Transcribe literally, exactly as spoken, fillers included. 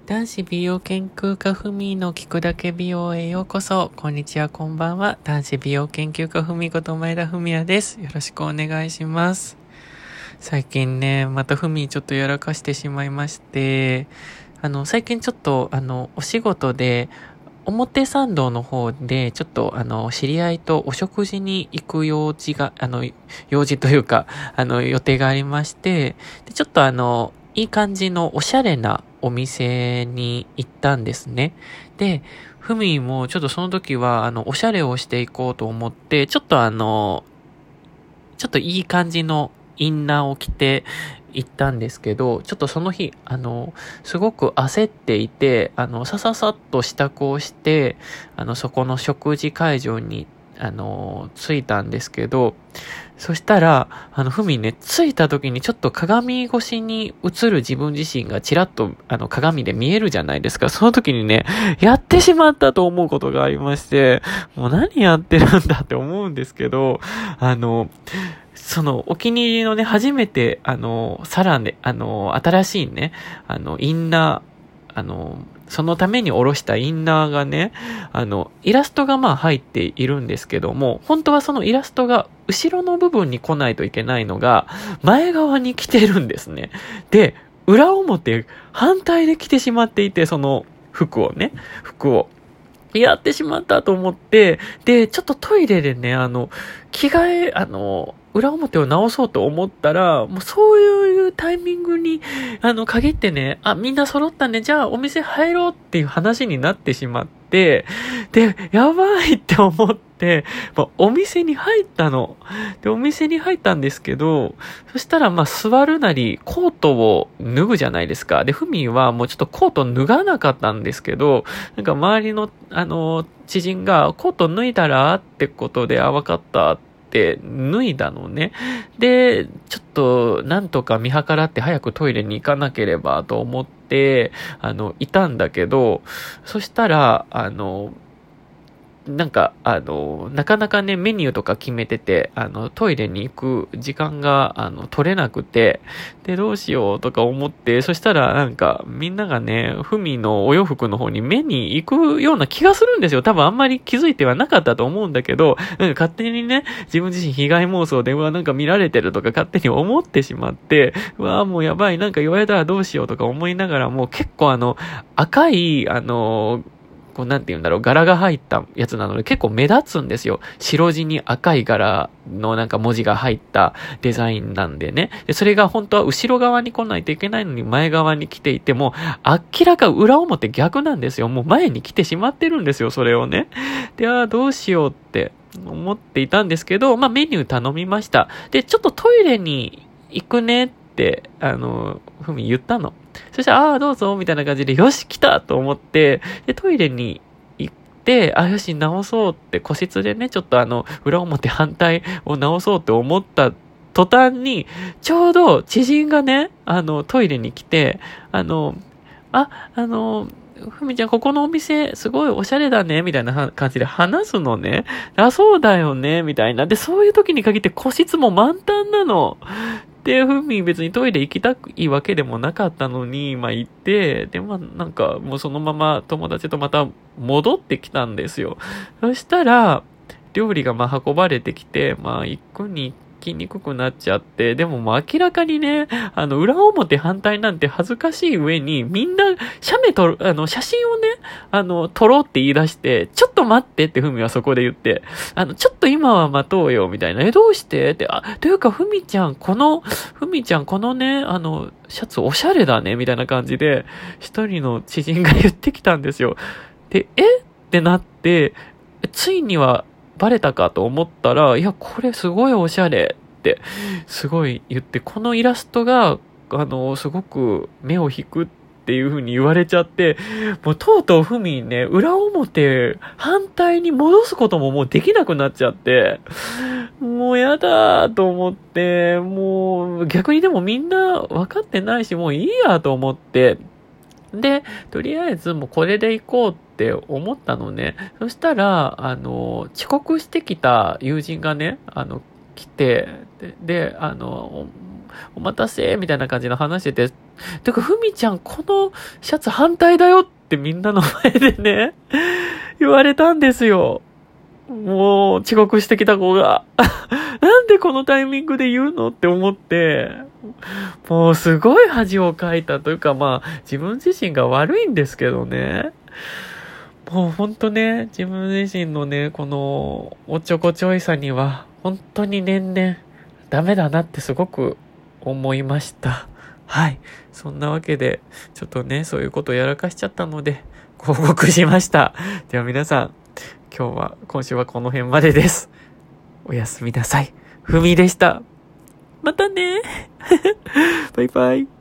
男子美容研究家ふみの聞くだけ美容へようこそ。こんにちは、こんばんは。男子美容研究家ふみこと前田文也です。よろしくお願いします。最近ね、またふみちょっとやらかしてしまいまして、あの、最近ちょっと、あの、お仕事で、表参道の方で、ちょっと、あの、知り合いとお食事に行く用事が、あの、用事というか、あの、予定がありまして、で、ちょっとあの、いい感じのおしゃれなお店に行ったんですね。で、ふみもちょっとその時は、あの、おしゃれをしていこうと思って、ちょっとあの、ちょっといい感じのインナーを着て行ったんですけど、ちょっとその日、あの、すごく焦っていて、あの、さささっと支度をして、あの、そこの食事会場に、あの、着いたんですけど、そしたら、あの、ふみね、着いた時にちょっと鏡越しに映る自分自身がちらっと、あの、鏡で見えるじゃないですか。その時にね、やってしまったと思うことがありまして、もう何やってるんだって思うんですけど、あの、その、お気に入りのね、初めて、あの、さらね、あの、新しいね、あの、インナー、あの、そのために下ろしたインナーがね、あの、イラストがまあ入っているんですけども、本当はそのイラストが後ろの部分に来ないといけないのが、前側に来てるんですね。で、裏表反対で着てしまっていて、その服をね、服を。やってしまったと思って、で、ちょっとトイレでね、あの、着替え、あの、裏表を直そうと思ったら、もうそういうタイミングに、あの、限ってね、あ、みんな揃ったね、じゃあお店入ろうっていう話になってしまって、で、やばいって思って、まあ、お店に入ったの。で、お店に入ったんですけど、そしたらまあ座るなり、コートを脱ぐじゃないですか。で、ふみはもうちょっとコート脱がなかったんですけど、なんか周りの、あの、知人が、コート脱いだらってことで、あ、わかったって脱いだのね。で、ちょっと、なんとか見計らって早くトイレに行かなければと思って、あの、いたんだけど、そしたら、あの、なんか、あの、なかなかね、メニューとか決めてて、あの、トイレに行く時間が、あの、取れなくて、で、どうしようとか思って、そしたら、なんか、みんながね、ふみのお洋服の方に目に行くような気がするんですよ。多分あんまり気づいてはなかったと思うんだけど、なんか勝手にね、自分自身被害妄想で、うわ、なんか見られてるとか勝手に思ってしまって、うわ、もうやばい、なんか言われたらどうしようとか思いながらも、結構あの、赤い、あの、こうなんて言うんだろう、柄が入ったやつなので結構目立つんですよ。白地に赤い柄のなんか文字が入ったデザインなんでね。で、それが本当は後ろ側に来ないといけないのに前側に来ていても、明らか裏表逆なんですよ。もう前に来てしまってるんですよ、それをね。で、ああ、どうしようって思っていたんですけど、まあメニュー頼みました。で、ちょっとトイレに行くねって、あの、ふみ言ったの。そしたら、ああ、どうぞ、みたいな感じで、よし、来たと思って、で、トイレに行って、あ、よし、直そうって、個室でね、ちょっとあの、裏表反対を直そうって思った途端に、ちょうど知人がね、あの、トイレに来て、あの、あ、あの、ふみちゃん、ここのお店、すごいおしゃれだね、みたいな感じで話すのね。あ、そうだよね、みたいな。で、そういう時に限って個室も満タンなの。で、ふみ別にトイレ行きたいわけでもなかったのに、まあ行って、で、まあなんかもうそのまま友達とまた戻ってきたんですよ。そしたら、料理がまあ運ばれてきて、まあ行くに行きにくくなっちゃって、でももう明らかにね、あの、裏表反対なんて恥ずかしい上に、みんな、写メ撮る、あの、写真をね、あの、撮ろうって言い出して、ちょっと待ってってふみはそこで言って、あの、ちょっと今は待とうよ、みたいな。え、どうしてって、あ、というか、ふみちゃん、この、ふみちゃん、このね、あの、シャツおしゃれだね、みたいな感じで、一人の知人が言ってきたんですよ。で、えってなって、ついには、バレたかと思ったら、いや、これすごいおしゃれって、すごい言って、このイラストが、あの、すごく目を引くっていう風に言われちゃって、もうとうとうふみね、裏表反対に戻すことももうできなくなっちゃって、もうやだーと思って、もう逆にでもみんな分かってないし、もういいやと思って、で、とりあえずもうこれで行こうって思ったのね。そしたら、あの、遅刻してきた友人がね、あの、来て、で、であの、 お待たせみたいな感じの話してて、てか、ふみちゃん、このシャツ反対だよってみんなの前でね、言われたんですよ。もう、遅刻してきた子が。なんでこのタイミングで言うのって思って、もうすごい恥をかいたというか、まあ、自分自身が悪いんですけどね。もうほんとね、自分自身のね、この、おっちょこちょいさには、本当に年々、ダメだなってすごく思いました。はい。そんなわけで、ちょっとね、そういうことをやらかしちゃったので、報告しました。では皆さん、今日は、今週はこの辺までです。おやすみなさい。ふみでした。またね。バイバイ。